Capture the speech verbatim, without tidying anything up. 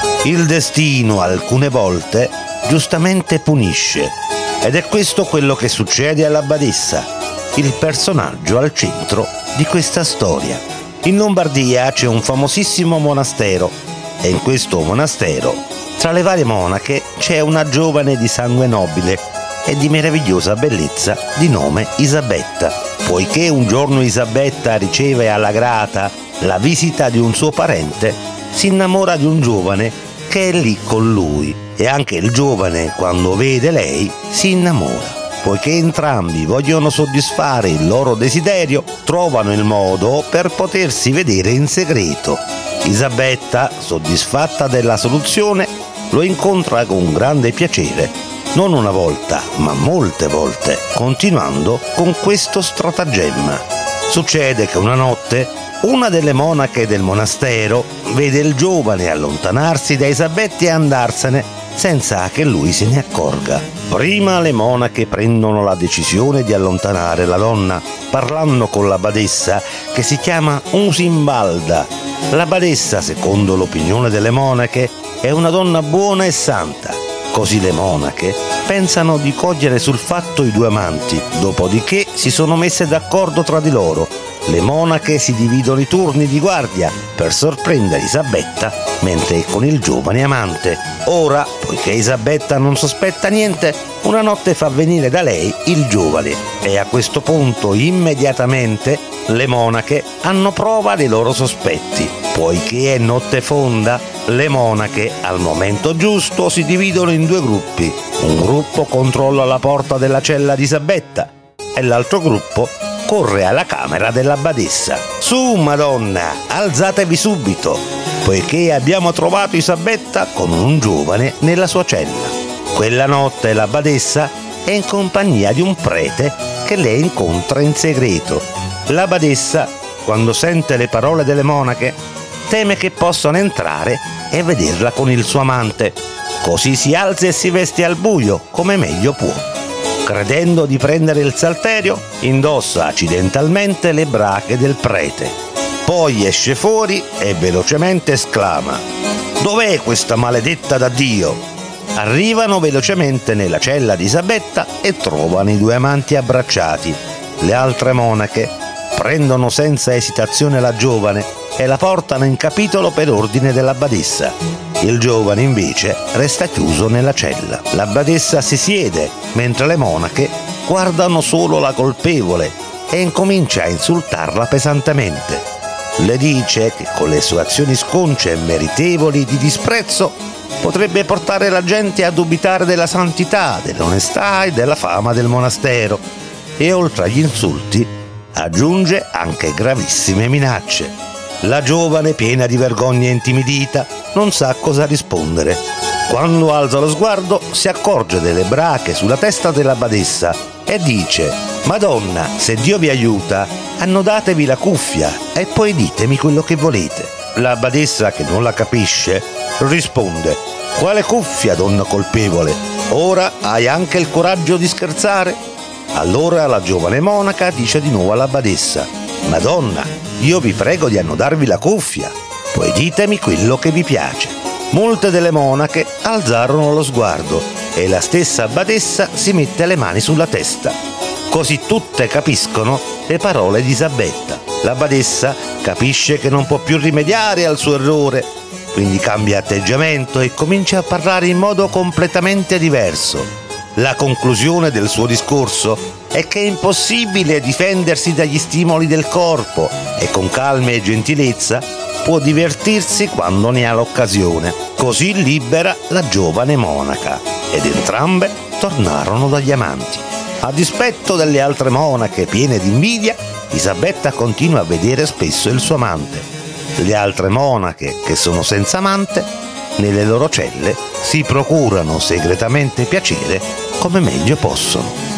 Il destino alcune volte giustamente punisce, ed è questo quello che succede alla badessa, il personaggio al centro di questa storia. In Lombardia c'è un famosissimo monastero e in questo monastero, tra le varie monache, c'è una giovane di sangue nobile e di meravigliosa bellezza di nome Isabetta. Poiché un giorno Isabetta riceve alla grata la visita di un suo parente, si innamora di un giovane che è lì con lui, e anche il giovane, quando vede lei, si innamora. Poiché entrambi vogliono soddisfare il loro desiderio, trovano il modo per potersi vedere in segreto. Isabetta, soddisfatta della soluzione, lo incontra con grande piacere, non una volta, ma molte volte, continuando con questo stratagemma. Succede che una notte una delle monache del monastero vede il giovane allontanarsi da Isabetta e andarsene senza che lui se ne accorga. Prima le monache prendono la decisione di allontanare la donna, parlando con la badessa che si chiama Usimbalda. La badessa, secondo l'opinione delle monache, è una donna buona e santa. Così le monache pensano di cogliere sul fatto i due amanti, dopodiché si sono messe d'accordo tra di loro. Le monache si dividono i turni di guardia per sorprendere Isabetta mentre è con il giovane amante. Ora, poiché Isabetta non sospetta niente, una notte fa venire da lei il giovane e a questo punto immediatamente le monache hanno prova dei loro sospetti. Poiché è notte fonda, le monache al momento giusto si dividono in due gruppi. Un gruppo controlla la porta della cella di Isabetta e l'altro gruppo corre alla camera della badessa. Su, Madonna, alzatevi subito, poiché abbiamo trovato Isabetta con un giovane nella sua cella. Quella notte la badessa è in compagnia di un prete che lei incontra in segreto. La badessa, quando sente le parole delle monache, teme che possano entrare e vederla con il suo amante. Così si alza e si veste al buio, come meglio può. Credendo di prendere il salterio, indossa accidentalmente le brache del prete. Poi esce fuori e velocemente esclama: «Dov'è questa maledetta da Dio?» Arrivano velocemente nella cella di Isabetta e trovano i due amanti abbracciati. Le altre monache prendono senza esitazione la giovane e la portano in capitolo per ordine della badessa. Il giovane invece resta chiuso nella cella. La badessa si siede mentre le monache guardano solo la colpevole e incomincia a insultarla pesantemente. Le dice che con le sue azioni sconce e meritevoli di disprezzo potrebbe portare la gente a dubitare della santità, dell'onestà e della fama del monastero, e oltre agli insulti aggiunge anche gravissime minacce. La giovane, piena di vergogna e intimidita, non sa cosa rispondere. Quando alza lo sguardo si accorge delle brache sulla testa della badessa e dice: «Madonna, se Dio vi aiuta, annodatevi la cuffia e poi ditemi quello che volete». La badessa, che non la capisce, risponde: «Quale cuffia, donna colpevole? Ora hai anche il coraggio di scherzare?» Allora la giovane monaca dice di nuovo alla badessa: «Madonna, io vi prego di annodarvi la cuffia, poi ditemi quello che vi piace». Molte delle monache alzarono lo sguardo e la stessa badessa si mette le mani sulla testa. Così tutte capiscono le parole di Isabetta. La badessa capisce che non può più rimediare al suo errore, quindi cambia atteggiamento e comincia a parlare in modo completamente diverso. La conclusione del suo discorso è che è impossibile difendersi dagli stimoli del corpo e con calma e gentilezza può divertirsi quando ne ha l'occasione. Così libera la giovane monaca ed entrambe tornarono dagli amanti. A dispetto delle altre monache piene di invidia, Isabetta continua a vedere spesso il suo amante. Le altre monache, che sono senza amante, nelle loro celle si procurano segretamente piacere come meglio possono.